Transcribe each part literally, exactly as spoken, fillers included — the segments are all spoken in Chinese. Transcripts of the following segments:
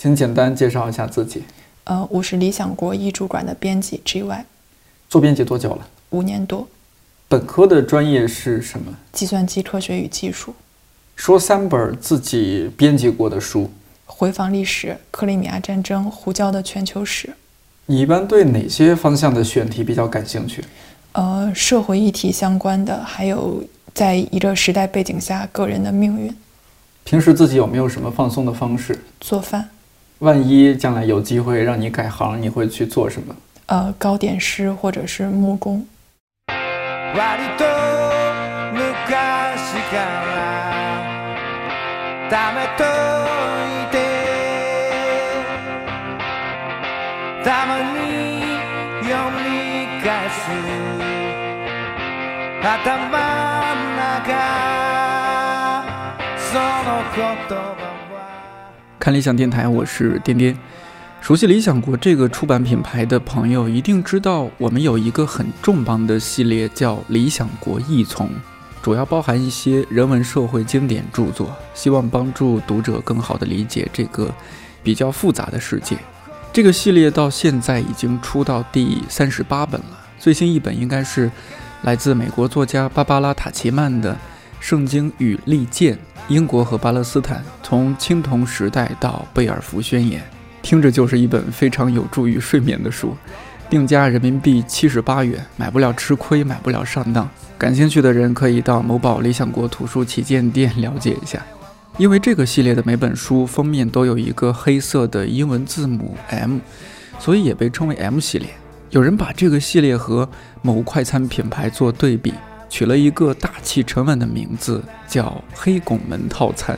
请简单介绍一下自己。 呃，我是理想国译著馆的编辑 G Y， 做编辑多久了？ 五年多。 本科的专业是什么？ 计算机科学与技术。 说三本自己编辑过的书。 回访历史、克里米亚战争、胡椒的全球史。 你一般对哪些方向的选题比较感兴趣？ 呃，社会议题相关的，还有在一个时代背景下个人的命运。 平时自己有没有什么放松的方式？ 做饭。 万一将来有机会让你改行，你会去做什么？ 呃，糕点师或者是木工。 看理想电台，我是颠颠。熟悉理想国这个出版品牌的朋友一定知道，我们有一个很重磅的系列叫理想国译丛，主要包含一些人文社会经典著作，希望帮助读者更好地理解这个比较复杂的世界。这个系列到现在已经出到第三十八本了，最新一本应该是来自美国作家芭芭拉·塔奇曼的《圣经与利剑：英国和巴勒斯坦，从青铜时代到贝尔福宣言》，听着就是一本非常有助于睡眠的书。定价人民币七十八元，买不了吃亏，买不了上当。感兴趣的人可以到某宝理想国图书旗舰店了解一下。因为这个系列的每本书封面都有一个黑色的英文字母 M， 所以也被称为 M 系列。有人把这个系列和某快餐品牌做对比，取了一个大气沉稳的名字，叫黑拱门套餐。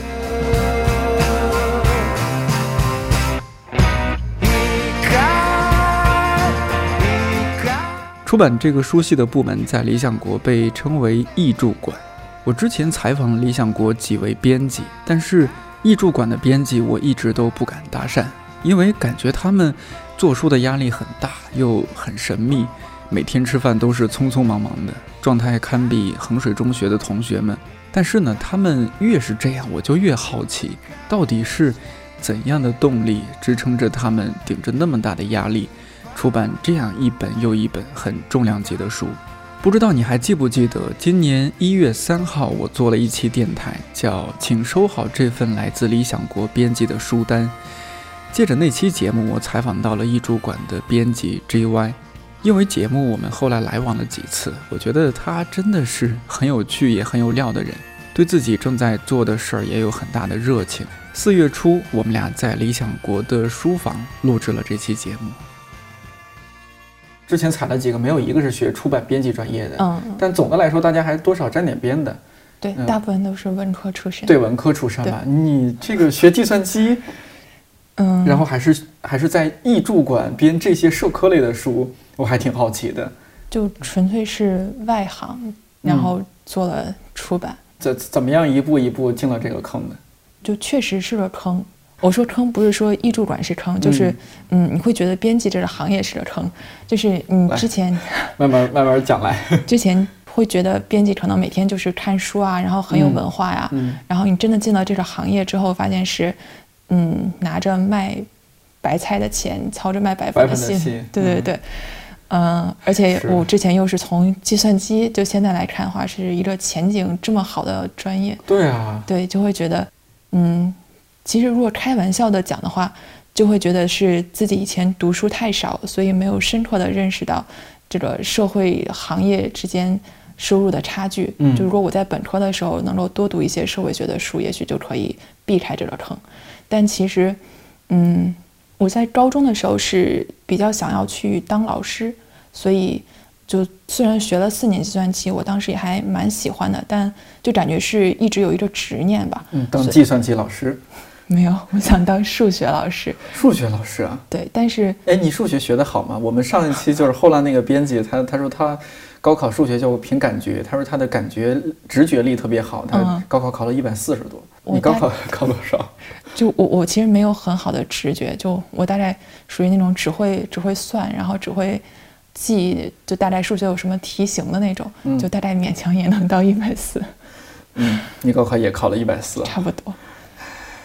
出版这个书系的部门在理想国被称为译著馆。我之前采访了理想国几位编辑，但是译著馆的编辑我一直都不敢搭讪，因为感觉他们做书的压力很大，又很神秘，每天吃饭都是匆匆忙忙的，状态堪比衡水中学的同学们。但是呢，他们越是这样，我就越好奇，到底是怎样的动力支撑着他们顶着那么大的压力，出版这样一本又一本很重量级的书。不知道你还记不记得，今年一月三号我做了一期电台，叫请收好这份来自理想国编辑的书单。借着那期节目，我采访到了译著馆的编辑 G Y， 因为节目我们后来来往了几次，我觉得他真的是很有趣也很有料的人，对自己正在做的事儿也有很大的热情。四月初我们俩在理想国的书房录制了这期节目。之前采了几个，没有一个是学出版编辑专业的，嗯，但总的来说大家还多少沾点边的。 对、嗯，大部分都是文科出身。 对，文科出身吧。你这个学计算机，嗯，然后还是还是在译著馆编这些社科类的书，我还挺好奇的。 就纯粹是外行，然后做了出版。 怎、嗯、怎么样一步一步进了这个坑的？ 就确实是个坑。我说坑不是说译著馆是坑，就是嗯，嗯，你会觉得编辑这个行业是个坑，就是你之前慢慢慢慢讲来， 之前会觉得编辑可能每天就是看书啊，然后很有文化呀、嗯嗯，然后你真的进了这个行业之后，发现是嗯，拿着卖白菜的钱，操着卖白粉的心，对对对，嗯、呃，而且我之前又是从计算机，就现在来看的话，是一个前景这么好的专业， 对啊， 对，就会觉得嗯。其实如果开玩笑的讲的话，就会觉得是自己以前读书太少，所以没有深刻的认识到这个社会行业之间收入的差距。嗯，就如果我在本科的时候能够多读一些社会学的书，也许就可以避开这个坑。但其实，嗯，我在高中的时候是比较想要去当老师，所以就虽然学了四年计算机，我当时也还蛮喜欢的，但就感觉是一直有一个执念吧。 嗯，当计算机老师。 没有，我想当数学老师。 数学老师啊？ 对，但是哎，你数学学得好吗？我们上一期就是后来那个编辑，他他说他高考数学就凭感觉，他说他的感觉直觉力特别好，他高考考了一百四十多。嗯、你高考考多少？ 就我我其实没有很好的直觉，就我大概属于那种只会只会算，然后只会记，就大概数学有什么题型的那种，嗯、就大概勉强也能到一百四。 嗯，你高考也考了一百四， 差不多。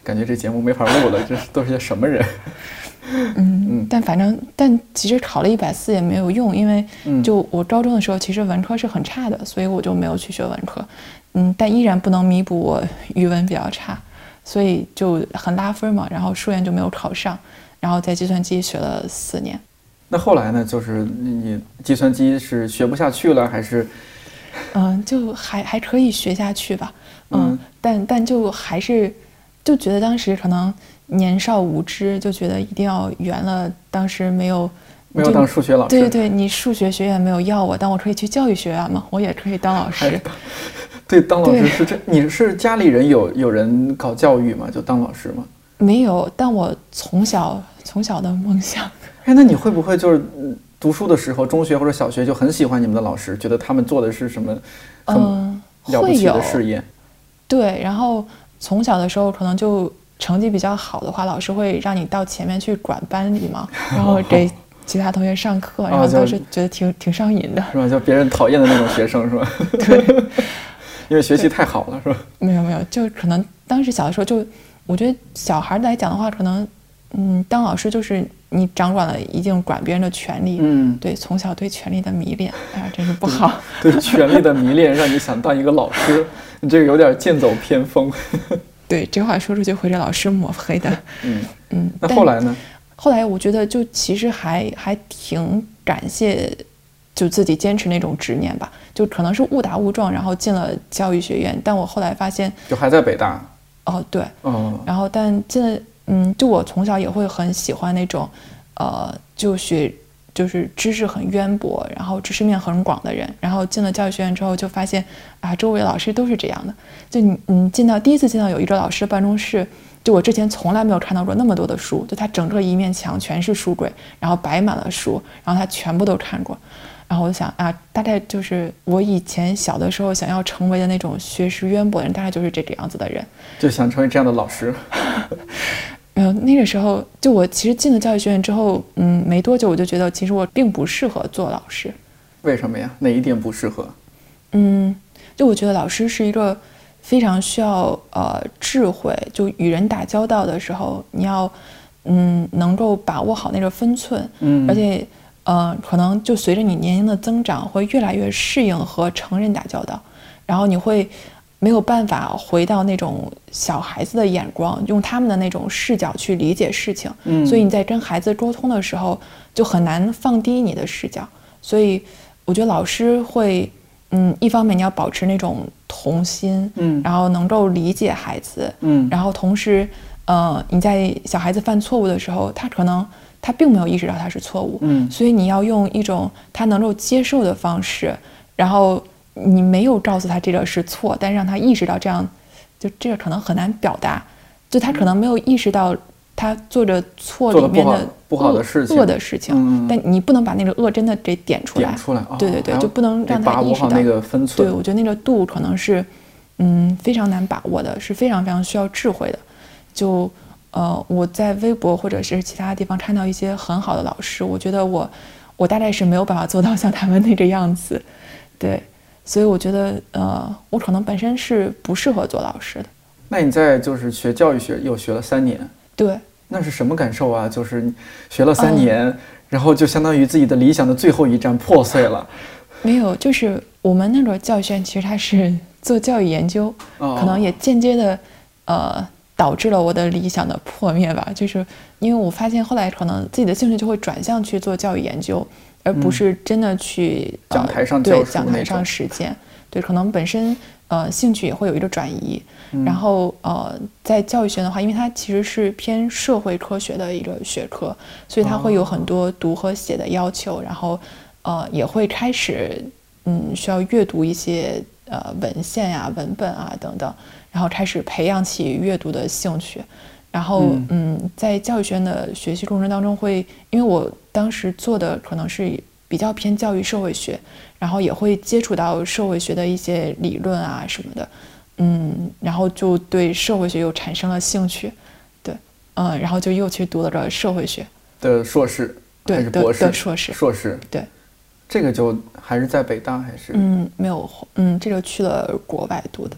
感觉这节目没法录了，这都是些什么人？ 嗯，嗯但反正但其实考了一百四也没有用，因为就我高中的时候其实文科是很差的，所以我就没有去学文科。嗯，但依然不能弥补我语文比较差，所以就很拉分嘛。然后数研就没有考上，然后在计算机学了四年。 那后来呢？就是你计算机是学不下去了，还是？ 嗯，就还还可以学下去吧。嗯，嗯但但就还是就觉得当时可能年少无知，就觉得一定要圆了。当时没有没有当数学老师。 对对对，你数学学院没有要我，但我可以去教育学院嘛，我也可以当老师。 对，当老师是这。你是家里人有有人搞教育吗？就当老师吗？ 没有，但我从小从小的梦想。 哎，那你会不会就是读书的时候，中学或者小学就很喜欢你们的老师，觉得他们做的是什么很了不起的事业？ 嗯、对，然后从小的时候可能就成绩比较好的话，老师会让你到前面去管班里嘛，然后给其他同学上课，然后当时觉得挺挺上瘾的， 是吧？就别人讨厌的那种学生，是吧？ 对， 因为学习太好了，是吧？ 没有没有，就可能当时小的时候就，我觉得小孩来讲的话，可能嗯，当老师就是你掌管了一定管别人的权利， 嗯， 对，从小对权力的迷恋，哎呀，真是不好。 对, 对权力的迷恋，让你想当一个老师，你这个有点剑走偏锋。 对，这话说出去会给老师抹黑的。 嗯嗯， 那后来呢？ 后来我觉得就其实还还挺感谢，就自己坚持那种执念吧。就可能是误打误撞，然后进了教育学院，但我后来发现， 就还在北大。 哦，对， 哦， 然后但进了，嗯，就我从小也会很喜欢那种，呃，就学就是知识很渊博，然后知识面很广的人。然后进了教育学院之后，就发现啊，周围老师都是这样的。就你嗯，进到第一次进到有一个老师的办公室，就我之前从来没有看到过那么多的书，就他整个一面墙全是书柜，然后摆满了书，然后他全部都看过。然后我就想啊，大概就是我以前小的时候想要成为的那种学识渊博的人，大概就是这个样子的人， 就想成为这样的老师。 呃，那个时候就我其实进了教育学院之后，嗯，没多久我就觉得其实我并不适合做老师。 为什么呀？哪一点不适合？ 嗯，就我觉得老师是一个非常需要呃智慧，就与人打交道的时候，你要嗯能够把握好那个分寸， 嗯， 而且呃可能就随着你年龄的增长，会越来越适应和成人打交道，然后你会没有办法回到那种小孩子的眼光，用他们的那种视角去理解事情， 嗯， 所以你在跟孩子沟通的时候就很难放低你的视角。所以我觉得老师会，嗯，一方面你要保持那种童心， 嗯， 然后能够理解孩子， 嗯， 然后同时，呃，你在小孩子犯错误的时候，他可能他并没有意识到他是错误， 嗯， 所以你要用一种他能够接受的方式，然后你没有告诉他这个是错，但让他意识到这样，就这个可能很难表达，就他可能没有意识到他做着错里面的不好的事情， 恶的事情， 嗯， 但你不能把那个恶真的给点出来， 点出来， 对对对，就不能让他意识到那个分寸。 对，我觉得那个度可能是，嗯，非常难把握的，是非常非常需要智慧的。就呃，我在微博或者是其他地方看到一些很好的老师，我觉得我我大概是没有办法做到像他们那个样子，对，所以我觉得呃，我可能本身是不适合做老师的。 那你在就是学教育学又学了三年， 对。 那是什么感受啊？就是学了三年、嗯、然后就相当于自己的理想的最后一站破碎了。 没有，就是我们那个教育学院其实它是做教育研究、哦、可能也间接的呃导致了我的理想的破灭吧。就是因为我发现后来可能自己的兴趣就会转向去做教育研究，而不是真的去、 嗯呃、讲台上教对讲台上实践。对，可能本身呃兴趣也会有一个转移。然后呃，在教育学的话，因为它其实是偏社会科学的一个学科，所以它会有很多读和写的要求，然后呃也会开始嗯需要阅读一些呃文献呀、文本啊等等，然后开始培养起阅读的兴趣。然后嗯，在教育学院的学习过程当中会，因为我当时做的可能是比较偏教育社会学，然后也会接触到社会学的一些理论啊什么的。嗯，然后就对社会学又产生了兴趣，对，嗯，然后就又去读了个社会学的硕士， 对， 还是博士的硕士， 硕士， 对， 这个就还是在北大还是？ 嗯，没有，嗯，这个去了国外读的。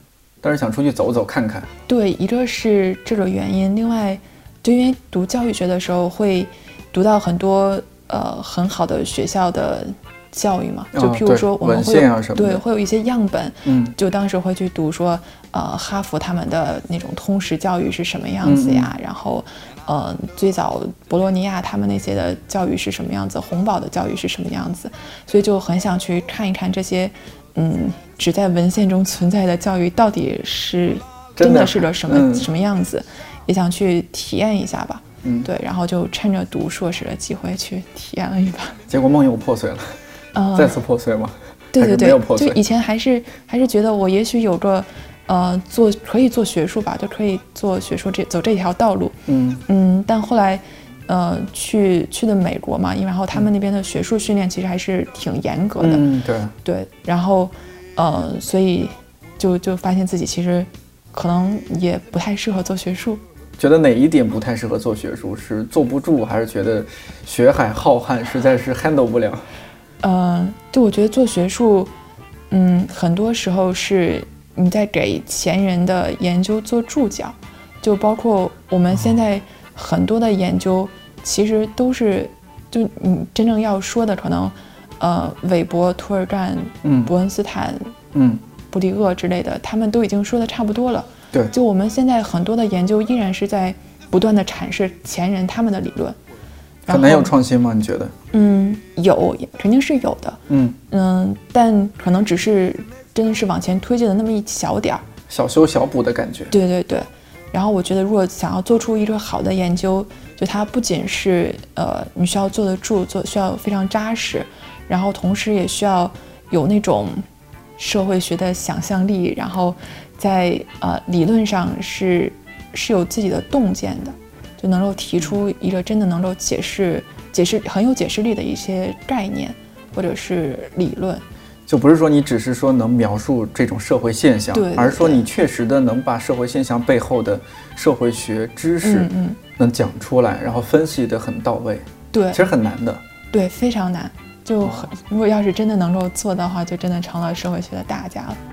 但是想出去走走看看。 对，一个是这个原因，另外就因为读教育学的时候会读到很多呃很好的学校的教育嘛，就譬如说我们会有、 哦、对, 对会有一些样本， 嗯， 就当时会去读说呃哈佛他们的那种通识教育是什么样子呀，嗯、然后呃最早博洛尼亚他们那些的教育是什么样子，洪堡的教育是什么样子，所以就很想去看一看这些嗯只在文献中存在的教育到底是真的是个什么、嗯、什么样子，也想去体验一下吧。嗯，对，然后就趁着读硕士的机会去体验了一把， 结果梦又破碎了。呃、再次破碎吗？ 对对对， 没有破碎。 就以前还是还是觉得我也许有个呃做可以做学术吧，就可以做学术这走这条道路。嗯嗯，但后来呃去去的美国嘛，因为然后他们那边的学术训练其实还是挺严格的。 嗯，对对，然后呃所以就就发现自己其实可能也不太适合做学术。 觉得哪一点不太适合做学术？是坐不住，还是觉得学海浩瀚，实在是 handle 不了？ 呃，就我觉得做学术，嗯，很多时候是你在给前人的研究做注脚，就包括我们现在很多的研究，其实都是，就你真正要说的，可能，呃，韦伯、涂尔干、嗯、伯恩斯坦、嗯、布迪厄之类的，他们都已经说的差不多了。 对， 就我们现在很多的研究依然是在不断的阐释前人他们的理论。 很难有创新吗？你觉得？ 嗯，有，肯定是有的。嗯嗯，但可能只是真的是往前推进的那么一小点儿， 小修小补的感觉。 对对对。然后我觉得，如果想要做出一个好的研究，就它不仅是呃你需要做得住，做需要非常扎实，然后同时也需要有那种社会学的想象力，然后在呃理论上是是有自己的洞见的。就能够提出一个真的能够解释解释很有解释力的一些概念或者是理论， 就不是说你只是说能描述这种社会现象， 对， 而是说你确实的能把社会现象背后的社会学知识能讲出来，嗯嗯、然后分析得很到位。 对， 其实很难的。 对，非常难。就很如果要是真的能够做的话，就真的成了社会学的大家了。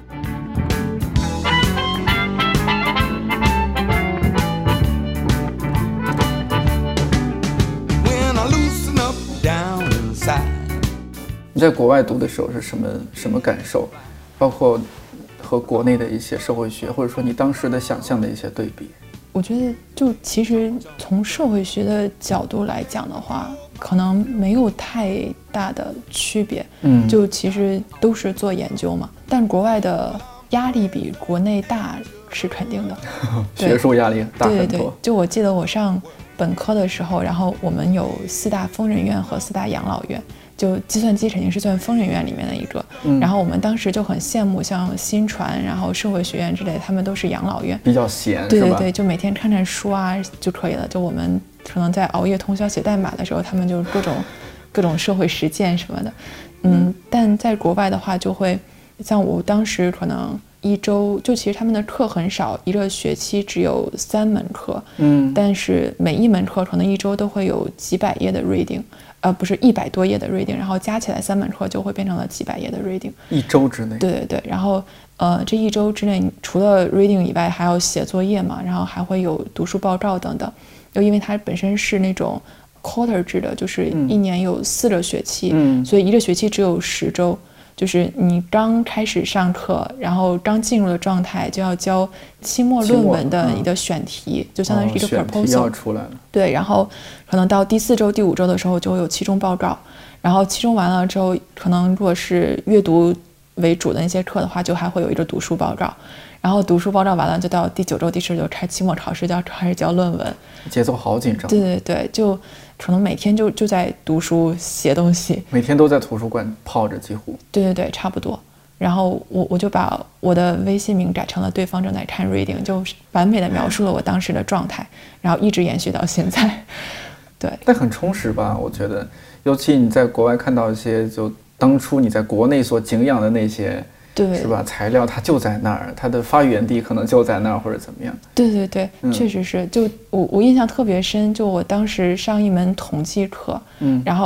你在国外读的时候是什么什么感受？包括和国内的一些社会学，或者说你当时的想象的一些对比？ 我觉得，就其实从社会学的角度来讲的话，可能没有太大的区别。嗯，就其实都是做研究嘛，但国外的压力比国内大是肯定的。 学术压力大很多。 对对对，就我记得我上本科的时候，然后我们有四大疯人院和四大养老院。就计算机肯定是算疯人院里面的一个、嗯、然后我们当时就很羡慕像新传然后社会学院之类的，他们都是养老院， 比较闲， 对对对，就每天看看书啊就可以了。就我们可能在熬夜通宵写代码的时候，他们就各种各种社会实践什么的。嗯, 嗯但在国外的话，就会像我当时可能一周就其实他们的课很少，一个学期只有三门课，嗯，但是每一门课可能一周都会有几百页的 reading，呃，不是一百多页的 reading， 然后加起来三门课就会变成了几百页的 reading。 一周之内？ 对对对，然后呃，这一周之内除了 reading 以外，还要写作业嘛，然后还会有读书报告等等。就因为它本身是那种 quarter 制的，就是一年有四个学期，嗯，所以一个学期只有十周。就是你刚开始上课，然后刚进入的状态，就要交期末论文的一个选题，嗯、就相当于是一个 proposal、哦、 选题要出来了。 对，然后可能到第四周、第五周的时候就会有期中报告，然后期中完了之后，可能如果是阅读为主的那些课的话，就还会有一个读书报告，然后读书报告完了，就到第九周、第十周开期末考试，就要开始交论文， 节奏好紧张。 对对对，就可能每天就就在读书写东西， 每天都在图书馆泡着，几乎。 对对对，差不多。然后我我就把我的微信名改成了对方正在看 reading， 就完美的描述了我当时的状态，然后一直延续到现在。对， 但很充实吧？我觉得，尤其你在国外看到一些，就当初你在国内所敬仰的那些。 对， 是吧？材料它就在那儿，它的发源地可能就在那儿，或者怎么样？ 对对对，嗯、确实是。就我我印象特别深，就我当时上一门统计课，嗯，然后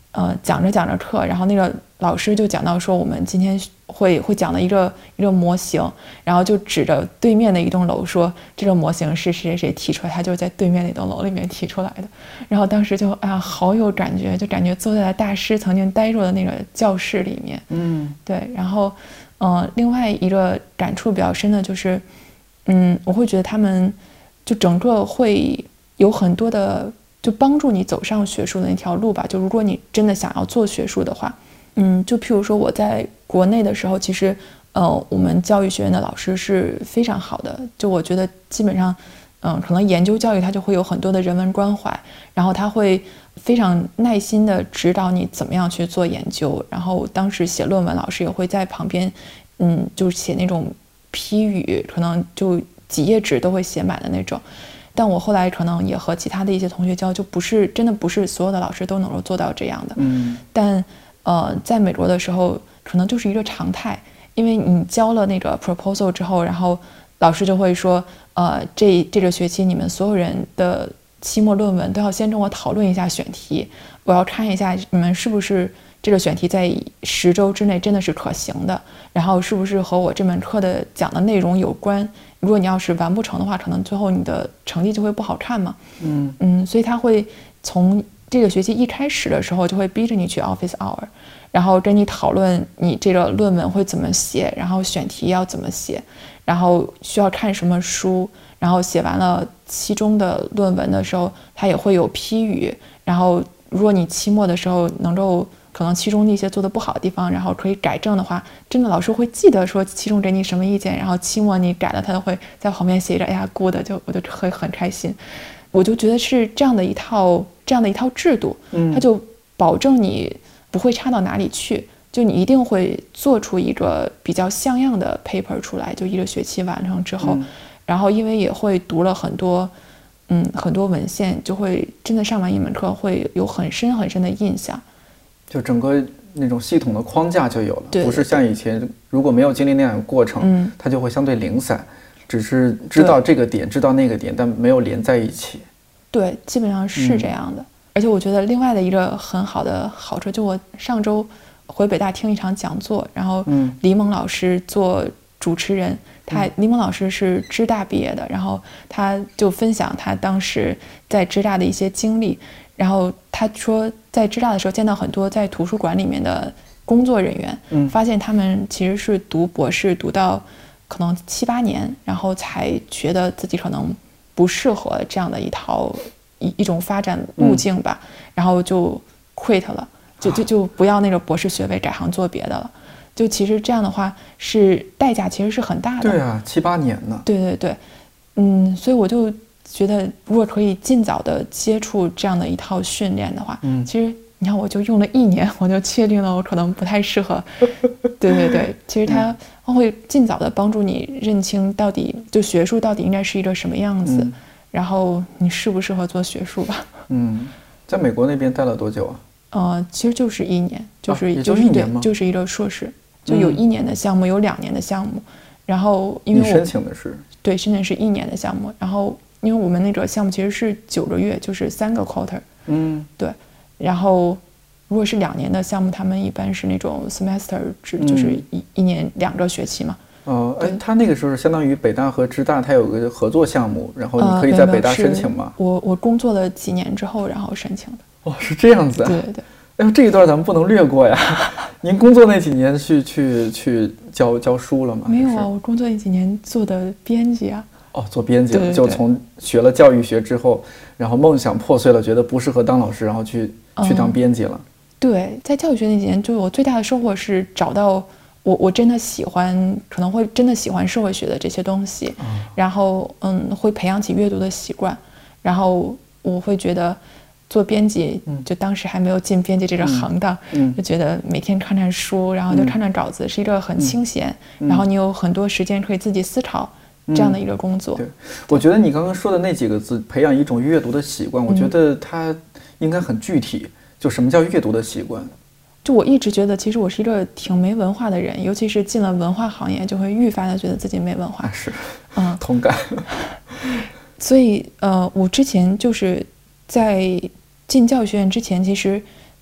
呃讲着讲着课，然后那个老师就讲到说我们今天会会讲的一个一个模型，然后就指着对面的一栋楼说这个模型是谁谁谁提出来，他就是在对面那栋楼里面提出来的。然后当时就哎呀好有感觉，就感觉坐在了大师曾经待过的那个教室里面。 嗯， 对。然后呃另外一个感触比较深的就是嗯我会觉得他们就整个会有很多的就帮助你走上学术的那条路吧。就如果你真的想要做学术的话，嗯，就譬如说我在国内的时候，其实呃我们教育学院的老师是非常好的。就我觉得基本上嗯、呃，可能研究教育它就会有很多的人文关怀，然后他会非常耐心的指导你怎么样去做研究。然后当时写论文，老师也会在旁边嗯，就写那种批语，可能就几页纸都会写满的那种。但我后来可能也和其他的一些同学交，就不是真的不是所有的老师都能够做到这样的。 嗯， 但呃，在美国的时候，可能就是一个常态，因为你交了那个 proposal 之后，然后老师就会说，呃，这这个学期你们所有人的期末论文都要先跟我讨论一下选题，我要看一下你们是不是这个选题在十周之内真的是可行的，然后是不是和我这门课的讲的内容有关。如果你要是完不成的话，可能最后你的成绩就会不好看嘛。 嗯嗯，所以他会从这个学期一开始的时候就会逼着你去 office hour， 然后跟你讨论你这个论文会怎么写，然后选题要怎么写，然后需要看什么书，然后写完了期中的论文的时候，他也会有批语，然后如果你期末的时候能够可能期中那些做的不好的地方，然后可以改正的话，真的老师会记得说期中给你什么意见，然后期末你改了，他都会在旁边写着哎呀 good， 就我就会很开心。我就觉得是这样的一套这样的一套制度，它就保证你不会差到哪里去，就你一定会做出一个比较像样的 paper 出来，就一个学期完成之后， 嗯、 然后因为也会读了很多嗯很多文献，就会真的上完一门课会有很深很深的印象。 就整个那种系统的框架就有了， 对对对， 不是像以前如果没有经历那样的过程， 嗯， 它就会相对零散，只是知道这个点知道那个点，但没有连在一起。 对，基本上是这样的。嗯、而且我觉得另外的一个很好的好处，就我上周回北大听一场讲座，然后李猛老师做主持人，他李猛老师是芝大毕业的，然后他就分享他当时在芝大的一些经历。然后他说，在芝大的时候见到很多在图书馆里面的工作人员， 嗯， 发现他们其实是读博士读到可能七八年，然后才觉得自己可能不适合这样的一套一一种发展路径吧，嗯、然后就 quit 了，就就就不要那个博士学位，改行做别的了。就其实这样的话是代价其实是很大的。 对啊，七八年呢。 对对对，嗯，所以我就觉得如果可以尽早的接触这样的一套训练的话， 嗯， 其实你看我就用了一年，我就确定了我可能不太适合。对对对，其实它会尽早的帮助你认清到底就学术到底应该是一个什么样子，嗯、然后你适不适合做学术吧。 嗯，在美国那边待了多久啊？ 呃，其实就是一年，就是、 啊、也就是一年吗？ 就是一个硕士，就有一年的项目，嗯、有两年的项目。然后因为我你申请的是对申请是一年的项目，然后因为我们那个项目其实是九个月，就是三个 quarter， 嗯， 对。然后如果是两年的项目，他们一般是那种 semester 制，嗯、就是一一年两个学期嘛。 哦，哎，他那个时候相当于北大和芝大，它有个合作项目，然后你可以在北大申请吗？ 呃、我我工作了几年之后，然后申请的。 哦，是这样子啊。 对对对。 哎呦，这一段咱们不能略过呀！您工作那几年去去去教教书了吗？ 没有啊，我工作那几年做的编辑啊。 哦，做编辑， 对对对， 就从学了教育学之后，然后梦想破碎了，觉得不适合当老师，然后去、嗯、去当编辑了。 对，在教育学那几年，就我最大的收获是找到我我真的喜欢，可能会真的喜欢社会学的这些东西， 嗯、 然后嗯，会培养起阅读的习惯，然后我会觉得。做编辑，就当时还没有进编辑这个行当， 嗯、 就觉得每天看看书，然后就看看稿子，嗯、是一个很清闲，嗯、然后你有很多时间可以自己思考这样的一个工作。 嗯、对，我觉得你刚刚说的那几个字，培养一种阅读的习惯，我觉得它应该很具体。嗯、就什么叫阅读的习惯？ 就我一直觉得，其实我是一个挺没文化的人，尤其是进了文化行业，就会愈发的觉得自己没文化。 啊、是， 嗯， 同感。 所以，呃，我之前就是在。进教育学院之前，其实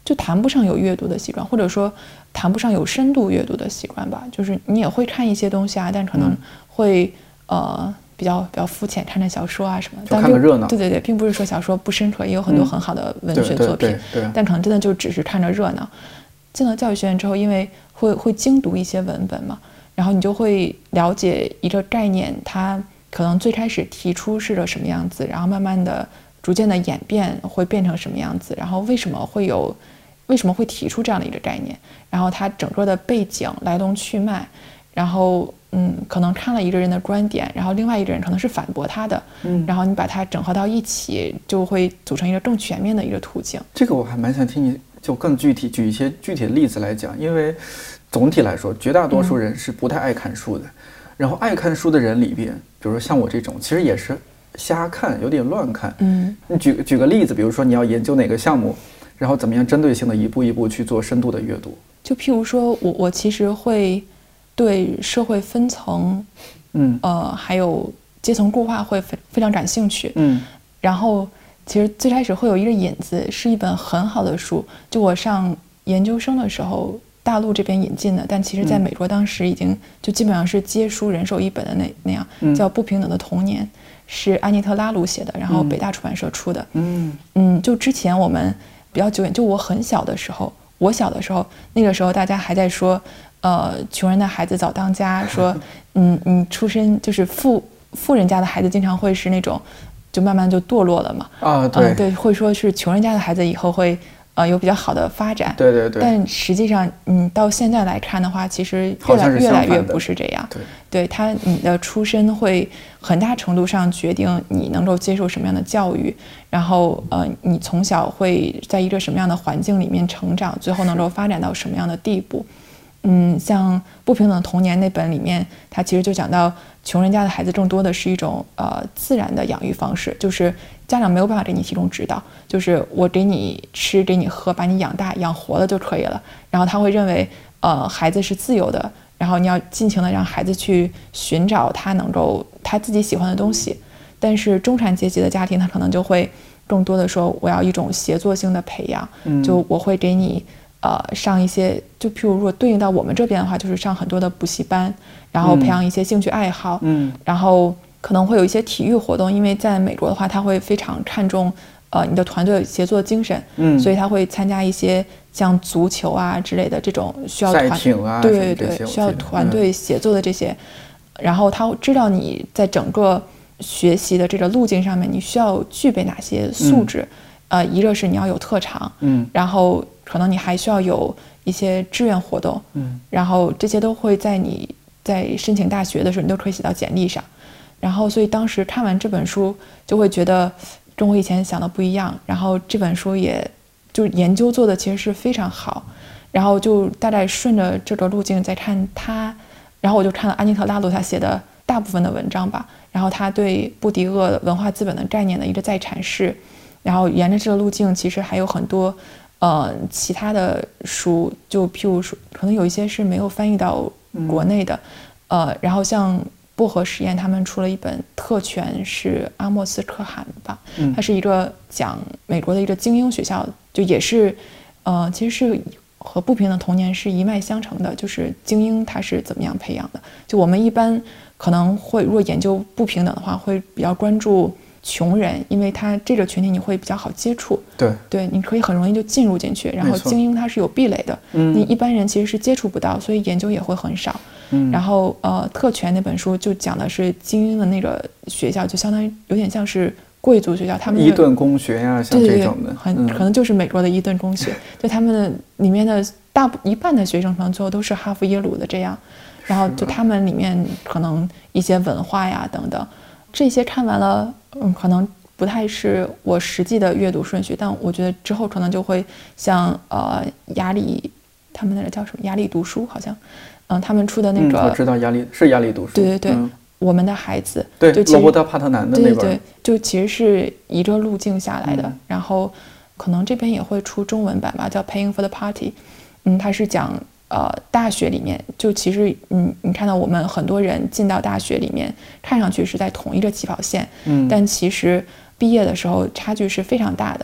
就谈不上有阅读的习惯，或者说谈不上有深度阅读的习惯吧。就是你也会看一些东西啊，但可能会、嗯、呃比较比较肤浅，看着小说啊什么， 就看个热闹。 对对对，并不是说小说不深刻，也有很多很好的文学作品， 嗯、对对对， 但可能真的就只是看着热闹。进了教育学院之后，因为会会精读一些文本嘛，然后你就会了解一个概念，它可能最开始提出是个什么样子，然后慢慢的、逐渐的演变会变成什么样子，然后为什么会有，为什么会提出这样的一个概念，然后它整个的背景、来龙去脉，然后嗯，可能看了一个人的观点，然后另外一个人可能是反驳他的，嗯，然后你把它整合到一起，就会组成一个更全面的一个途径。 这个我还蛮想听你就更具体举一些具体的例子来讲，因为总体来说，绝大多数人是不太爱看书的。嗯，然后爱看书的人里边，比如说像我这种，其实也是瞎看，有点乱看。嗯，你举举个例子，比如说你要研究哪个项目，然后怎么样针对性的一步一步去做深度的阅读。 就譬如说我我其实会对社会分层，嗯呃还有阶层固化会非非常感兴趣。嗯，然后其实最开始会有一个引子，是一本很好的书，就我上研究生的时候。大陆这边引进的，但其实在美国当时已经就基本上是皆书人手一本的那那样，叫《不平等的童年》，是安妮特·拉鲁写的，然后北大出版社出的。嗯嗯，就之前我们比较久远，就我很小的时候，我小的时候，那个时候大家还在说，呃，穷人的孩子早当家，说，嗯，你出身就是富富人家的孩子经常会是那种，就慢慢就堕落了嘛。 啊，对、 呃、对，会说是穷人家的孩子以后会。呃，有比较好的发展， 对对对。 但实际上，嗯，到现在来看的话，其实越来越来越不是这样。 对， 对他，你的出身会很大程度上决定你能够接受什么样的教育，然后呃，你从小会在一个什么样的环境里面成长，最后能够发展到什么样的地步。嗯，像《不平等的童年》那本里面，它其实就讲到穷人家的孩子更多的是一种呃自然的养育方式，就是家长没有办法给你提供指导，就是我给你吃给你喝，把你养大养活了就可以了。然后他会认为呃孩子是自由的，然后你要尽情的让孩子去寻找他能够他自己喜欢的东西。但是中产阶级的家庭，他可能就会更多的说我要一种协作性的培养，就我会给你。呃，上一些，就譬如如果对应到我们这边的话，就是上很多的补习班，然后培养一些兴趣爱好，嗯，然后可能会有一些体育活动，因为在美国的话，他会非常看重呃你的团队协作精神，嗯，所以他会参加一些像足球啊之类的这种需要团赛艇啊， 对对对，需要团队协作的这些，嗯，然后他知道你在整个学习的这个路径上面，你需要具备哪些素质，嗯，呃，一个是你要有特长，嗯，然后。可能你还需要有一些志愿活动，嗯，然后这些都会在你在申请大学的时候，你都可以写到简历上。然后，所以当时看完这本书，就会觉得跟我以前想的不一样。然后这本书也就研究做的其实是非常好。然后就大概顺着这个路径再看他，然后我就看了安妮特·拉鲁他写的大部分的文章吧。然后他对布迪厄文化资本的概念的一个再阐释。然后沿着这个路径，其实还有很多。呃，其他的书，就譬如说，可能有一些是没有翻译到国内的，嗯、呃，然后像薄荷实验，他们出了一本《特权》，是阿莫斯·可汗吧，嗯，它是一个讲美国的一个精英学校，就也是，呃，其实是和不平等童年是一脉相承的，就是精英他是怎么样培养的。就我们一般可能会，如果研究不平等的话，会比较关注。穷人，因为他这个群体你会比较好接触， 对对，你可以很容易就进入进去。然后精英他是有壁垒的，嗯，你一般人其实是接触不到，所以研究也会很少。嗯，然后呃，特权那本书就讲的是精英的那个学校，就相当于有点像是贵族学校，他们伊顿公学呀、啊，像这种的， 很、嗯、可能就是美国的伊顿公学，就他们的里面的大一半的学生可能最后都是哈佛耶鲁的这样，然后就他们里面可能一些文化呀等等。这些看完了，嗯，可能不太是我实际的阅读顺序，但我觉得之后可能就会像呃雅里他们那个叫什么雅里读书好像，嗯，他们出的那个， 嗯、我知道雅里是雅里读书， 对对对， 嗯、 我们的孩子， 对，罗伯特·帕特南的那本， 对对对，就其实是一个路径下来的，嗯、然后可能这边也会出中文版吧，叫 Paying for the Party， 嗯，它是讲。呃，大学里面就其实，嗯，你看到我们很多人进到大学里面，看上去是在同一个起跑线，嗯，但其实毕业的时候差距是非常大的。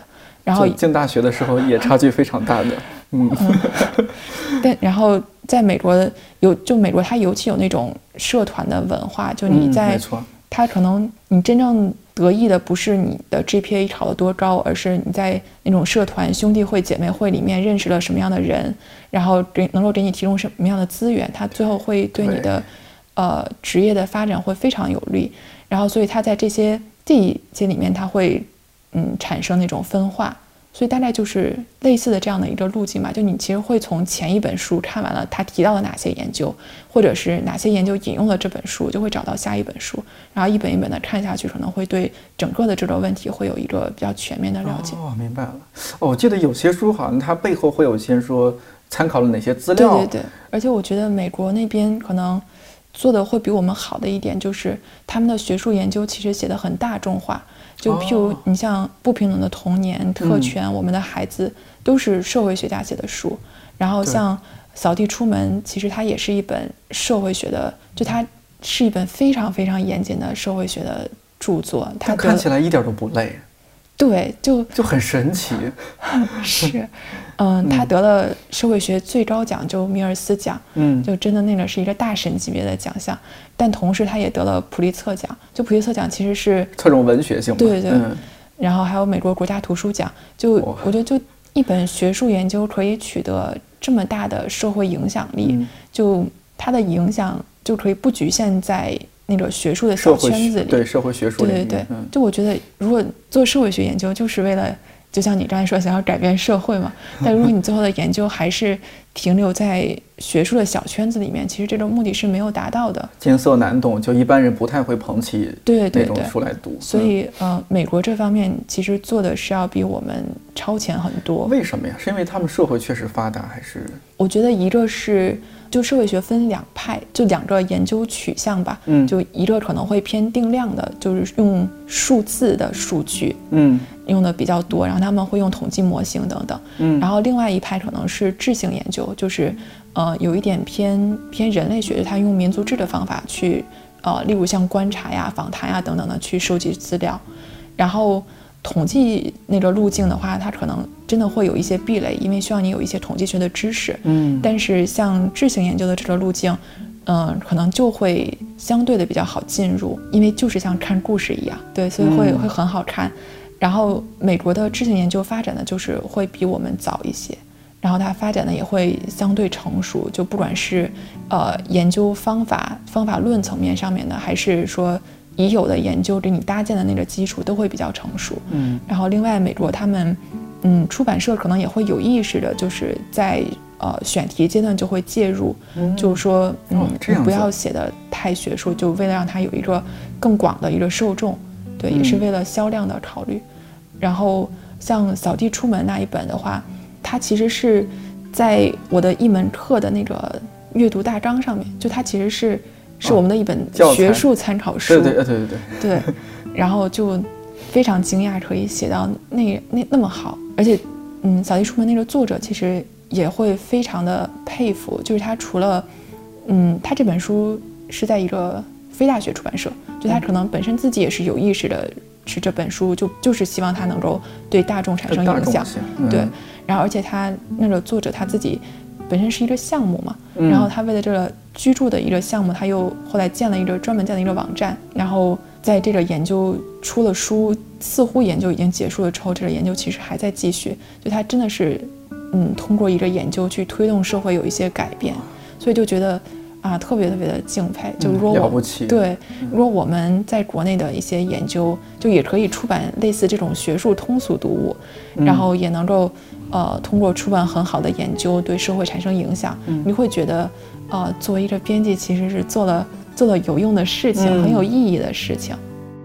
然后进大学的时候也差距非常大的。嗯， 嗯但然后在美国有，就美国它尤其有那种社团的文化，就你在， 嗯、没错， 它可能你真正得意的不是你的 G P A 考得多高，而是你在那种社团兄弟会姐妹会里面认识了什么样的人，然后给能够给你提供什么样的资源，它最后会对你的呃职业的发展会非常有利。然后所以它在这些这一些里面，它会嗯产生那种分化。所以大概就是类似的这样的一个路径吧，就你其实会从前一本书看完了他提到了哪些研究，或者是哪些研究引用了这本书，就会找到下一本书，然后一本一本的看下去，可能会对整个的这个问题会有一个比较全面的了解。 哦，明白了。哦，我记得有些书好像它背后会有先说参考了哪些资料。 对对对，而且我觉得美国那边可能做的会比我们好的一点，就是他们的学术研究其实写得很大众化。就譬如你像不平等的童年、特权、我们的孩子，都是社会学家写的书。然后像扫地出门，其实它也是一本社会学的，就它是一本非常非常严谨的社会学的著作。它看起来一点都不累。 对，就就很神奇。 是，嗯，他得了社会学最高奖，就米尔斯奖，嗯，就真的那个是一个大神级别的奖项。但同时他也得了普利策奖，就普利策奖其实是侧重文学性， 对对对、嗯，然后还有美国国家图书奖，就我觉得就一本学术研究可以取得这么大的社会影响力，嗯、就它的影响就可以不局限在那个学术的小圈子里， 对社会学术里面， 对对对、嗯，就我觉得如果做社会学研究，就是为了就像你刚才说想要改变社会嘛，但如果你最后的研究还是停留在学术的小圈子里面，其实这种目的是没有达到的。 艰涩难懂，就一般人不太会捧起那种书来读。 对对对，所以呃，美国这方面其实做的是要比我们超前很多。 为什么呀？是因为他们社会确实发达，还是？ 我觉得一个是就社会学分两派，就两个研究取向吧。嗯，就一个可能会偏定量的，就是用数字的数据，嗯，用的比较多，然后他们会用统计模型等等。嗯，然后另外一派可能是质性研究，就是呃有一点偏偏人类学，他用民族志的方法去呃，例如像观察呀、访谈呀等等的去收集资料，然后。统计那个路径的话，它可能真的会有一些壁垒，因为需要你有一些统计学的知识。嗯，但是像质性研究的这个路径，嗯、呃，可能就会相对的比较好进入，因为就是像看故事一样，对，所以会、嗯、会很好看。然后美国的质性研究发展的就是会比我们早一些，然后它发展的也会相对成熟，就不管是呃研究方法、方法论层面上面的，还是说。已有的研究给你搭建的那个基础都会比较成熟，嗯，然后另外美国他们，嗯，出版社可能也会有意识的，就是在呃选题阶段就会介入，嗯、就是说，嗯， 哦、 你不要写的太学术，就为了让它有一个更广的一个受众，对，也是为了销量的考虑。嗯、然后像扫地出门那一本的话，它其实是在我的一门课的那个阅读大纲上面，就它其实是。是我们的一本学术参考书， 对对对对对对，然后就非常惊讶，可以写到那那那么好，而且，嗯，扫地出门那个作者其实也会非常的佩服，就是他除了，嗯，他这本书是在一个非大学出版社，就他可能本身自己也是有意识的，是这本书就就是希望他能够对大众产生影响， 嗯、 对，然后而且他那个作者他自己。本身是一个项目嘛，嗯、然后他为了这个居住的一个项目，他又后来建了一个专门建的一个网站，然后在这个研究出了书，似乎研究已经结束了之后，这个研究其实还在继续，就他真的是，嗯，通过一个研究去推动社会有一些改变，所以就觉得啊，特别特别的敬佩。就如果我、 嗯、了不起， 对，如果我们在国内的一些研究，就也可以出版类似这种学术通俗读物，嗯、然后也能够。呃，通过出版很好的研究对社会产生影响，嗯、你会觉得，呃，作为一个编辑，其实是做了做了有用的事情，嗯、很有意义的事情。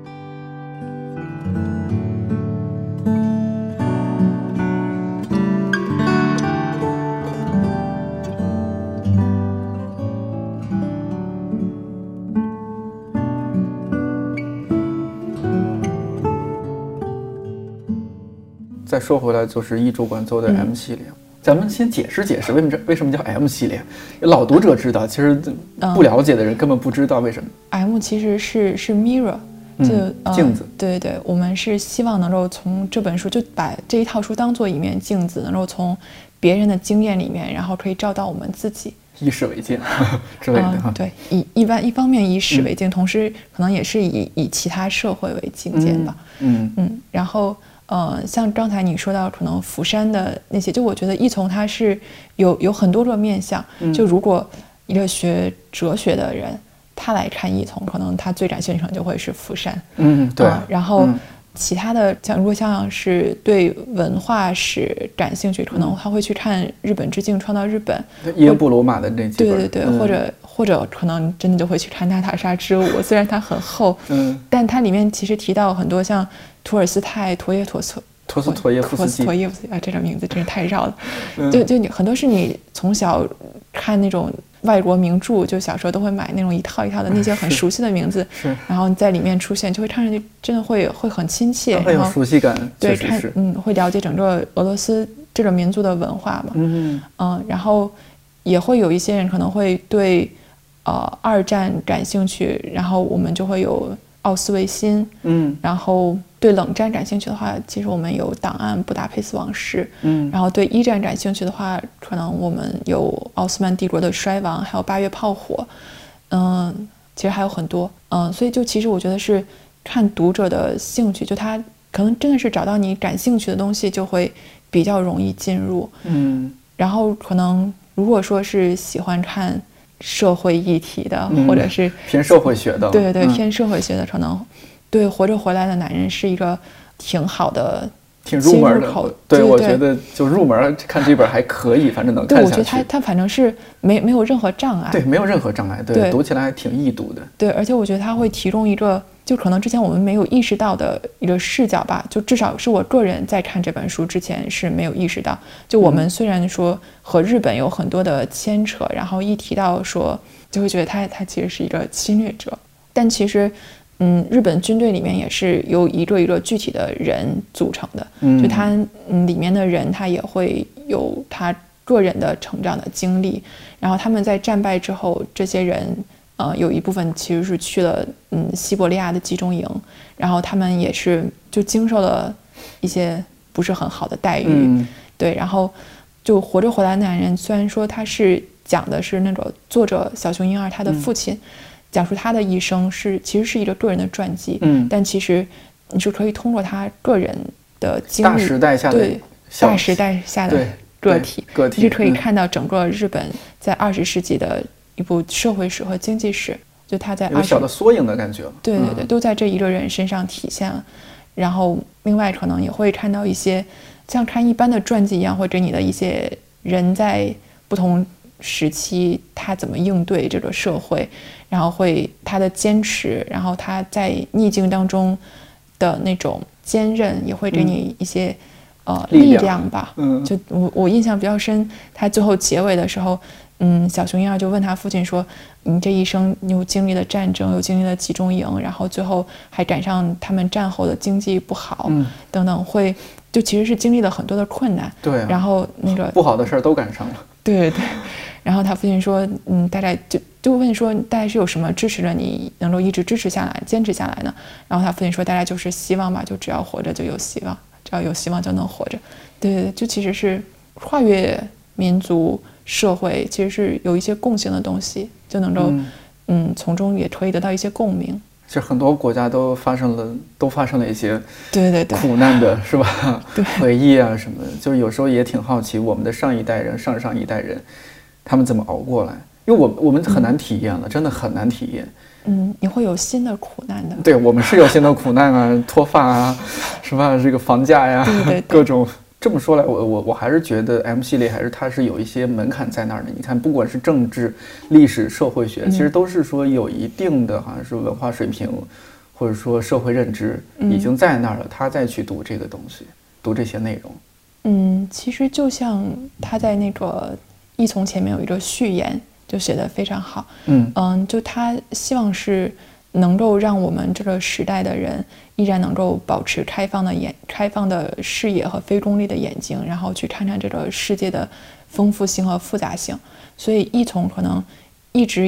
再说回来，就是易主管做的 M 系列，嗯、咱们先解释解释为什么为什么叫 M 系列。老读者知道，其实不了解的人根本不知道为什么。 M 其实是是 mirror， 就、 嗯、 呃、 镜子， 对对，我们是希望能够从这本书就把这一套书当做一面镜子，能够从别人的经验里面，然后可以照到我们自己。 以史为鉴之类的、 呃、对，以一般一方面以史为鉴、嗯、同时可能也是以以其他社会为镜鉴吧。 嗯 嗯, 嗯然后呃，像刚才你说到可能釜山的那些，就我觉得一从它是有有很多个面向、嗯、就如果一个学哲学的人他来看一从，可能他最感兴趣的就会是釜山。 嗯对、 呃、然后、 嗯其他的像如果像是对文化史感兴趣，可能他会去看《日本之镜创造日本》 耶布罗马的那几本， 对对对、嗯、或者或者可能真的就会去看《娜塔莎之舞》，虽然它很厚， 嗯， 但它里面其实提到很多像托尔斯泰、陀耶陀斯托斯托耶夫斯基， 陀耶夫斯基啊，这个名字真是太绕了。 嗯、 就就你很多是你从小看那种外国名著，就小时候都会买那种一套一套的那些很熟悉的名字， 是， 然后在里面出现，就会看上去真的会会很亲切， 很有熟悉感， 对，看嗯会了解整个俄罗斯这个民族的文化嘛， 嗯嗯，然后也会有一些人可能会对呃二战感兴趣，然后我们就会有奥斯维辛， 嗯， 然后对冷战感兴趣的话，其实我们有档案《布达佩斯往事》， 嗯， 然后对一战感兴趣的话，可能我们有奥斯曼帝国的衰亡，还有八月炮火，嗯，其实还有很多，嗯，所以就其实我觉得是看读者的兴趣，就他可能真的是找到你感兴趣的东西，就会比较容易进入， 嗯， 然后可能如果说是喜欢看社会议题的， 嗯、 或者是偏社会学的， 对对对、 嗯， 偏社会学的，可能对《活着回来的男人》是一个挺好的、 挺入门的。对， 对对我觉得就入门看这本还可以，反正能看下去。 对，我觉得它它反正是没没有任何障碍。 对，没有任何障碍。对，对读起来还挺易读的。 对，而且我觉得它会提供一个，就可能之前我们没有意识到的一个视角吧。就至少是我个人在看这本书之前是没有意识到。就我们虽然说和日本有很多的牵扯，嗯、然后一提到说，就会觉得他他其实是一个侵略者，但其实。嗯，日本军队里面也是由一个一个具体的人组成的， 嗯， 就他嗯里面的人他也会有他个人的成长的经历，然后他们在战败之后，这些人呃有一部分其实是去了嗯西伯利亚的集中营，然后他们也是就经受了一些不是很好的待遇， 嗯、 对，然后就活着回来的男人，虽然说他是讲的是那种作者小熊英二他的父亲。嗯讲述他的一生是其实是一个个人的传记， 嗯， 但其实你是可以通过他个人的经历， 大时代下的对大时代下的个体， 个体， 你是可以看到整个日本在二十世纪的一部社会史和经济史，就他在有小的缩影的感觉， 对对对，嗯、都在这一个人身上体现了。然后另外可能也会看到一些像看一般的传记一样，会给你的一些人在不同时期他怎么应对这个社会，然后会他的坚持，然后他在逆境当中的那种坚韧，也会给你一些、嗯、呃力量吧。 嗯， 就我我印象比较深，他最后结尾的时候，嗯，小熊英二就问他父亲说：“你这一生又经历了战争，又经历了集中营，然后最后还赶上他们战后的经济不好， 嗯、 等等，会就其实是经历了很多的困难。 对、啊， 然后那个不好的事儿都赶上了。 对对。”然后他父亲说：“嗯，大概就就问说，大概是有什么支持着你能够一直支持下来、坚持下来呢？”然后他父亲说：“大概就是希望吧，就只要活着就有希望，只要有希望就能活着。”对对对，就其实是跨越民族、社会，其实是有一些共性的东西，就能够 嗯, 嗯从中也可以得到一些共鸣。 其实很多国家都发生了，都发生了一些对对对苦难的，是吧？ 对， 回忆啊什么的，就是有时候也挺好奇，我们的上一代人、上上一代人。他们怎么熬过来？因为我我们很难体验了、嗯，真的很难体验。 嗯，你会有新的苦难的。 对，我们是有新的苦难啊，脱发啊，是吧？这个房价呀， 对对对各种。这么说来，我我我还是觉得 M 系列还是它是有一些门槛在那儿的。你看，不管是政治、历史、社会学， 嗯、 其实都是说有一定的好像是文化水平，或者说社会认知已经在那儿了，嗯、他再去读这个东西，读这些内容。 嗯，其实就像他在那个。一从前面有一个序言，就写得非常好。 嗯嗯，就他希望是能够让我们这个时代的人依然能够保持开放的眼、开放的视野和非功利的眼睛，然后去看看这个世界的丰富性和复杂性。所以一从可能一直也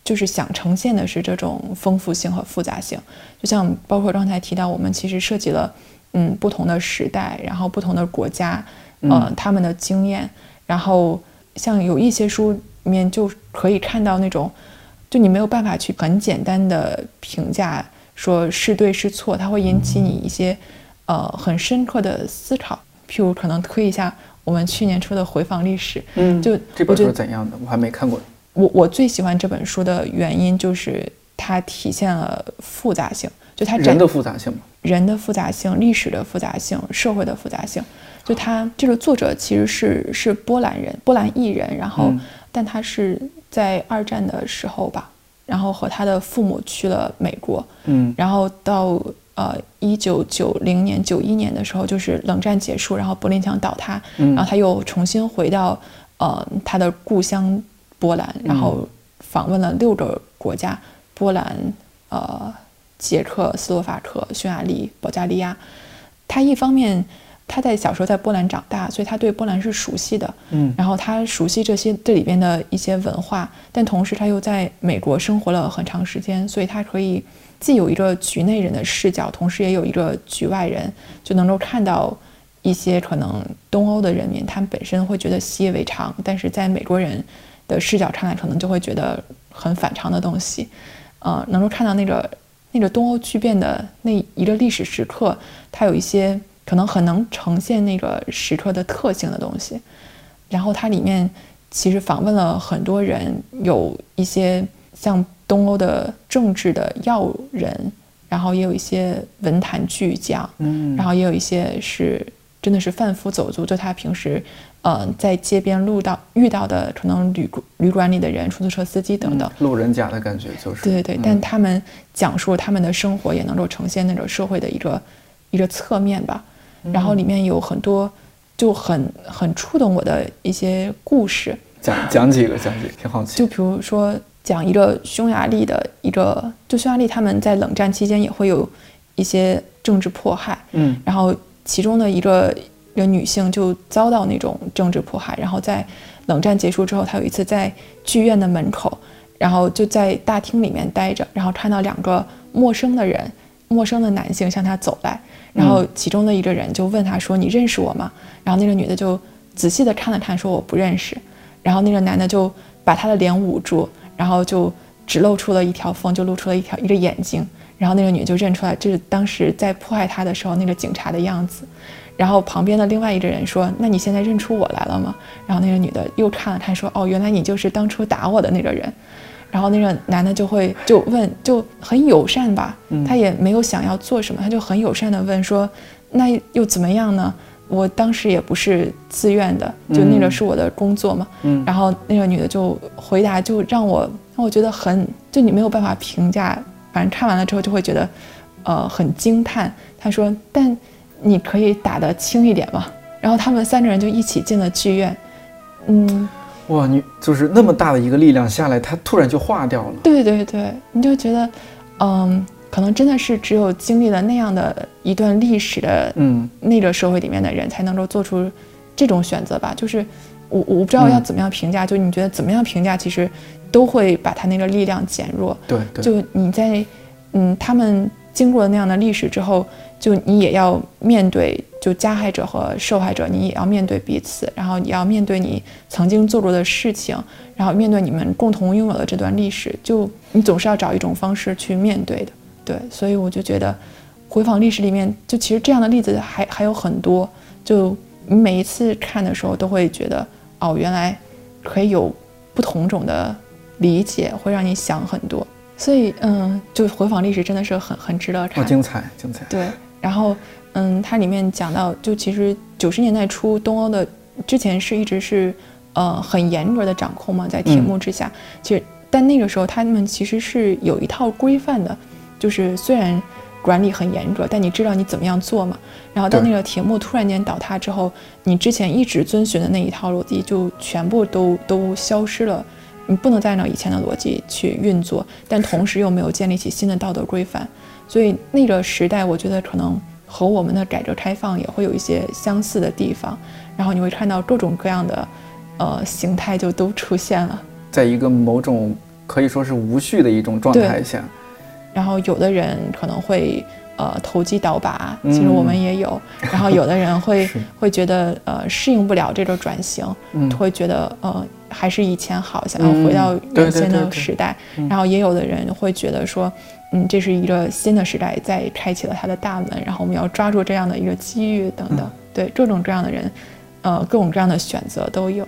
就是想呈现的是这种丰富性和复杂性。就像包括刚才提到，我们其实涉及了嗯不同的时代，然后不同的国家，呃、嗯、他们的经验，然后像有一些书里面就可以看到那种，就你没有办法去很简单的评价说是对是错，它会引起你一些呃很深刻的思考。譬如可能推一下我们去年出的《回访历史》， 嗯， 就这本书是怎样的？我还没看过。 我我最喜欢这本书的原因就是它体现了复杂性，就它人的复杂性嘛， 人的复杂性、历史的复杂性、社会的复杂性。就他这个作者其实是是波兰人，波兰裔人，然后、嗯、但他是在二战的时候吧，然后和他的父母去了美国， 嗯， 然后到呃一九九零年、九一年的时候，就是冷战结束，然后柏林墙倒塌， 嗯、 然后他又重新回到呃他的故乡波兰，然后访问了六个国家：波兰、呃捷克、斯洛伐克、匈牙利、保加利亚。他一方面他在小时候在波兰长大，所以他对波兰是熟悉的， 嗯， 然后他熟悉这些这里边的一些文化，但同时他又在美国生活了很长时间，所以他可以既有一个局内人的视角，同时也有一个局外人，就能够看到一些可能东欧的人民他们本身会觉得习以为常，但是在美国人的视角看来可能就会觉得很反常的东西，呃，能够看到那个那个东欧巨变的那一个历史时刻，它有一些可能很能呈现那个时刻的特性的东西。然后它里面其实访问了很多人，有一些像东欧的政治的要人，然后也有一些文坛巨匠， 嗯， 然后也有一些是真的是贩夫走卒，就他平时呃在街边路到遇到的可能旅旅馆里的人、出租车司机等等， 嗯、路人甲的感觉就是。 对对对， 嗯、 但他们讲述他们的生活，也能够呈现那种社会的一个一个侧面吧。然后里面有很多就很很触动我的一些故事， 讲讲几个，讲几个，挺好奇。 就比如说讲一个匈牙利的一个，就匈牙利他们在冷战期间也会有一些政治迫害， 嗯， 然后其中的一个一个女性就遭到那种政治迫害，然后在冷战结束之后，她有一次在剧院的门口，然后就在大厅里面待着，然后看到两个陌生的人，陌生的男性向她走来。然后其中的一个人就问他说：“你认识我吗？”然后那个女的就仔细的看了看，说：“我不认识。”然后那个男的就把他的脸捂住，然后就只露出了一条缝，就露出了一条一个眼睛。然后那个女的就认出来，这是当时在迫害他的时候那个警察的样子。然后旁边的另外一个人说：“那你现在认出我来了吗？”然后那个女的又看了看，说：“哦，原来你就是当初打我的那个人。”然后那个男的就会就问，就很友善吧，他也没有想要做什么，他就很友善的问说：“那又怎么样呢？我当时也不是自愿的，就那个是我的工作嘛。” 嗯， 然后那个女的就回答，就让我让我觉得很，就你没有办法评价，反正看完了之后就会觉得，呃，很惊叹。他说：“但你可以打得轻一点嘛。”然后他们三个人就一起进了剧院，嗯。 哇，你就是那么大的一个力量下来，它突然就化掉了。 对对对，你就觉得，嗯，可能真的是只有经历了那样的一段历史的， 嗯， 那个社会里面的人才能够做出这种选择吧。就是我我不知道要怎么样评价，嗯、就你觉得怎么样评价，其实都会把他那个力量减弱。 对对。 就你在，嗯，他们经过了那样的历史之后，就你也要面对。就加害者和受害者，你也要面对彼此，然后也要面对你曾经做过的事情，然后面对你们共同拥有的这段历史，就你总是要找一种方式去面对的。对，所以我就觉得回访历史里面，就其实这样的例子还还有很多，就你每一次看的时候都会觉得，哦，原来可以有不同种的理解，会让你想很多。所以嗯，就回访历史真的是很很值得看。 哦，精彩精彩。 对，然后嗯，它里面讲到，就其实九十年代初东欧的之前是一直是呃很严格的掌控嘛，在铁幕之下，嗯、其实但那个时候他们其实是有一套规范的，就是虽然管理很严格，但你知道你怎么样做嘛。然后当那个铁幕突然间倒塌之后，你之前一直遵循的那一套逻辑就全部都都消失了，你不能再按照以前的逻辑去运作，但同时又没有建立起新的道德规范，所以那个时代我觉得可能和我们的改革开放也会有一些相似的地方，然后你会看到各种各样的呃形态就都出现了， 在一个某种可以说是无序的一种状态下。 然后有的人可能会呃投机倒把，其实我们也有。嗯、然后有的人会会觉得呃适应不了这种转型，嗯、会觉得呃还是以前好，想要回到原先的时代。 嗯、对对对对然后也有的人会觉得说，嗯，这是一个新的时代在开启了它的大门，然后我们要抓住这样的一个机遇等等。嗯、对，各种各样的人，呃，各种各样的选择都有。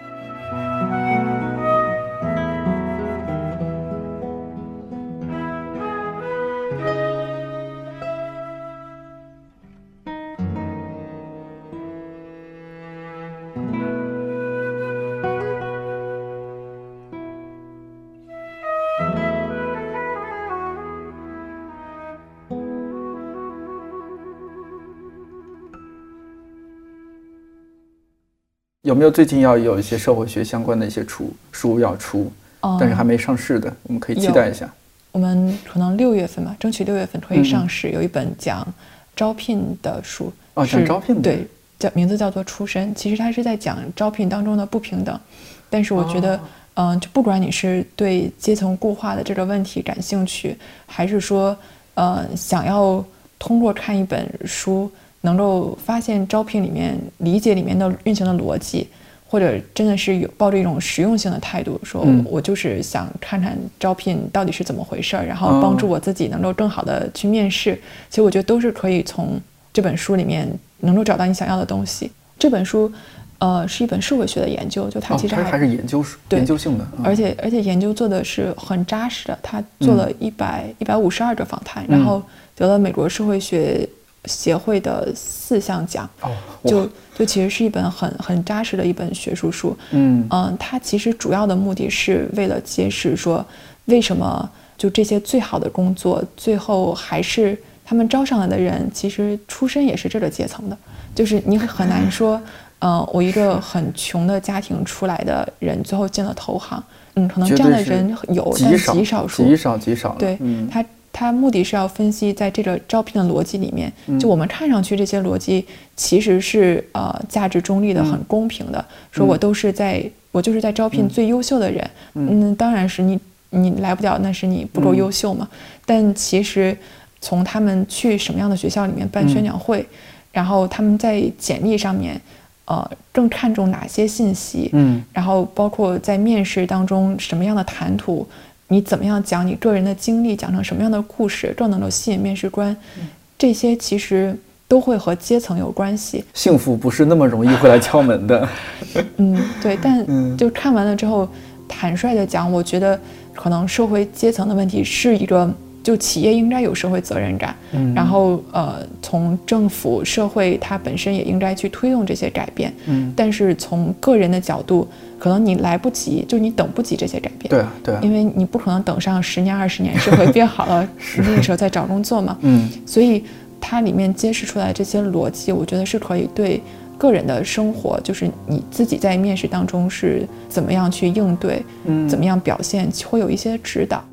有没有最近要有一些社会学相关的一些出书要出、嗯，但是还没上市的，我们可以期待一下。 我们可能六月份吧，争取六月份可以上市。嗯、有一本讲招聘的书， 哦，讲招聘的， 对，叫名字叫做《出身》。其实它是在讲招聘当中的不平等，但是我觉得，嗯、哦呃，就不管你是对阶层固化的这个问题感兴趣，还是说，呃，想要通过看一本书。能够发现招聘里面理解里面的运行的逻辑，或者真的是有抱着一种实用性的态度，说我就是想看看招聘到底是怎么回事，然后帮助我自己能够更好的去面试。哦、其实我觉得都是可以从这本书里面能够找到你想要的东西。这本书，呃，是一本社会学的研究，就它其实还、 哦、它还是研究研究性的， 嗯、而且而且研究做的是很扎实的。他做了一百一百五十二个访谈，嗯、然后得了美国社会学协会的四项奖， 哦、 就就其实是一本很很扎实的一本学术书。 嗯嗯，它其实主要的目的是为了揭示说，为什么就这些最好的工作，最后还是他们招上来的人，其实出身也是这个阶层的。就是你很难说，呃，我一个很穷的家庭出来的人，最后进了投行，嗯，可能这样的人有，但极少数， 极少极少。 对， 嗯、 他。它目的是要分析在这个招聘的逻辑里面，就我们看上去这些逻辑其实是呃价值中立的、很公平的。嗯、说我都是在，我就是在招聘最优秀的人。嗯，嗯当然是你你来不了，那是你不够优秀嘛。嗯、但其实从他们去什么样的学校里面办宣讲会，嗯、然后他们在简历上面，呃，更看重哪些信息？嗯，然后包括在面试当中什么样的谈吐。你怎么样讲你个人的经历，讲成什么样的故事更能够吸引面试官，嗯、这些其实都会和阶层有关系。 幸福不是那么容易会来敲门的。 嗯，对，但就看完了之后，坦率的讲，我觉得可能社会阶层的问题是一个，就企业应该有社会责任感，嗯、然后呃，从政府、社会它本身也应该去推动这些改变。嗯，但是从个人的角度。可能你来不及，就你等不及这些改变。 对啊，对啊， 因为你不可能等上十年、二十年，社会变好了，那个时候再找工作嘛。嗯，所以它里面揭示出来这些逻辑，我觉得是可以对个人的生活，就是你自己在面试当中是怎么样去应对，嗯，怎么样表现，会有一些指导。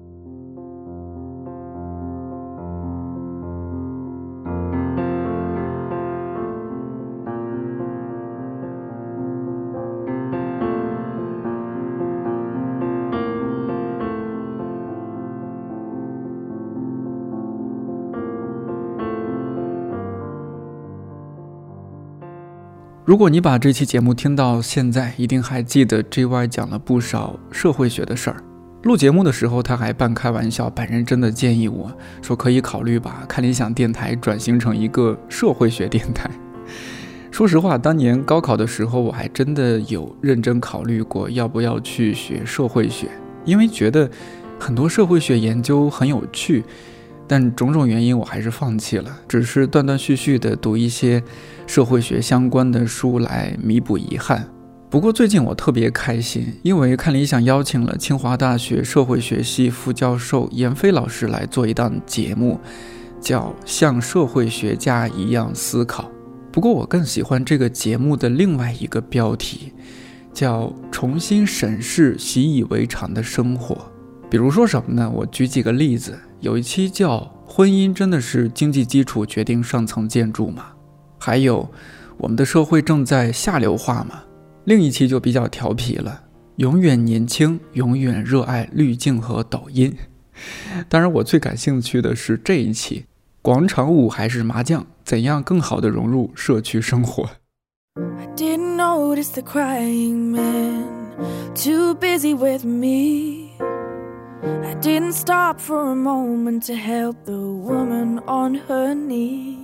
如果你把这期节目听到现在，一定还记得 J Y 讲了不少社会学的事儿。录节目的时候，他还半开玩笑、半认真的建议我说，可以考虑把看理想电台转型成一个社会学电台。说实话，当年高考的时候，我还真的有认真考虑过要不要去学社会学，因为觉得很多社会学研究很有趣。但种种原因我还是放弃了，只是断断续续的读一些社会学相关的书来弥补遗憾。不过最近我特别开心，因为看理想邀请了清华大学社会学系副教授闫飞老师来做一档节目，叫像社会学家一样思考。不过我更喜欢这个节目的另外一个标题，叫重新审视习以为常的生活。比如说什么呢？我举几个例子。有一期叫婚姻真的是经济基础决定上层建筑吗？还有我们的社会正在下流化吗？另一期就比较调皮了， 永远年轻，永远热爱滤镜和抖音。当然我最感兴趣的是这一期，广场舞还是麻将，怎样更好地融入社区生活。 I didn't notice the crying man, too busy with me. I didn't stop for a moment to help the woman on her knees.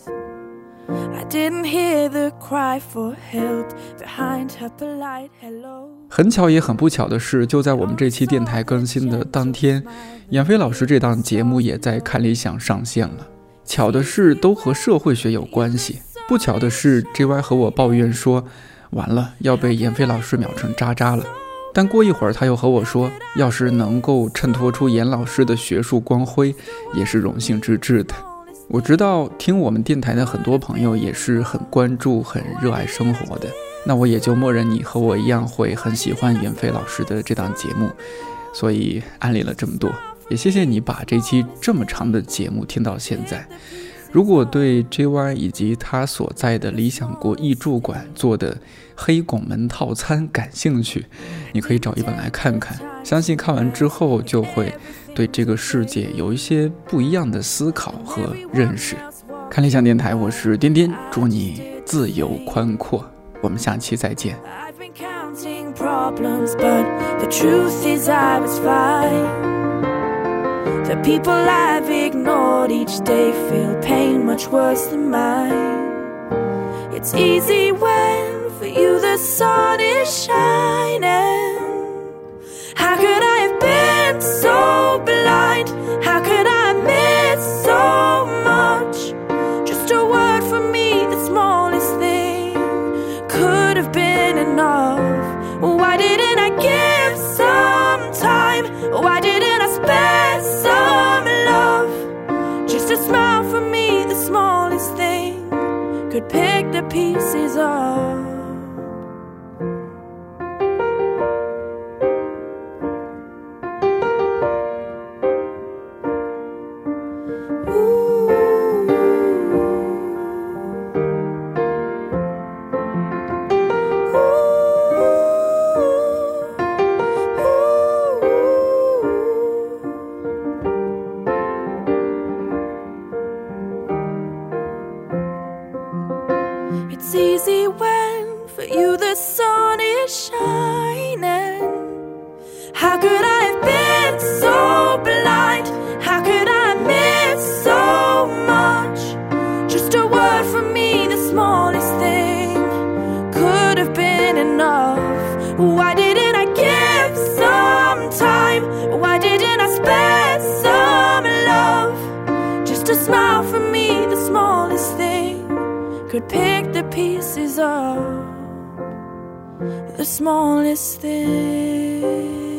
I didn't hear the cry for help behind her polite hello. 很巧也很不巧的是，就在我们这期电台更新的当天，闫飞老师这档节目也在看理想上线了。巧的是都和社会学有关系，不巧的是 J Y 和我抱怨说完了要被闫飞老师秒成渣渣了，但过一会儿他又和我说，要是能够衬托出闫老师的学术光辉也是荣幸之至的。我知道听我们电台的很多朋友也是很关注很热爱生活的，那我也就默认你和我一样会很喜欢闫飞老师的这档节目，所以安利了这么多，也谢谢你把这期这么长的节目听到现在。如果对 J Y 以及他所在的理想国艺术馆做的黑拱门套餐感兴趣，你可以找一本来看看，相信看完之后就会对这个世界有一些不一样的思考和认识。看理想电台，我是颠颠，祝你自由宽阔，我们下期再见。 I've been counting problems, but the truth is I was fine. The people I've ignored each day feel pain much worse than mine. It's easy when for you the sun is shining. How could I have been so blind? How could I miss so much? Just a word from me, the smallest thing could have been enough. Why didn't I give some time? Why didn't I spend some love? Just a smile from me, the smallest thing could pick the pieces up. It's easy when for you the sun is shining. How could I have been so blind? How could I miss so much? Just a word from me, the smallest thing could have been enough. Why didn't I give some time? Why didn't I spend some love? Just a smile from me, the smallest thing could pick the pieces up, the smallest thing.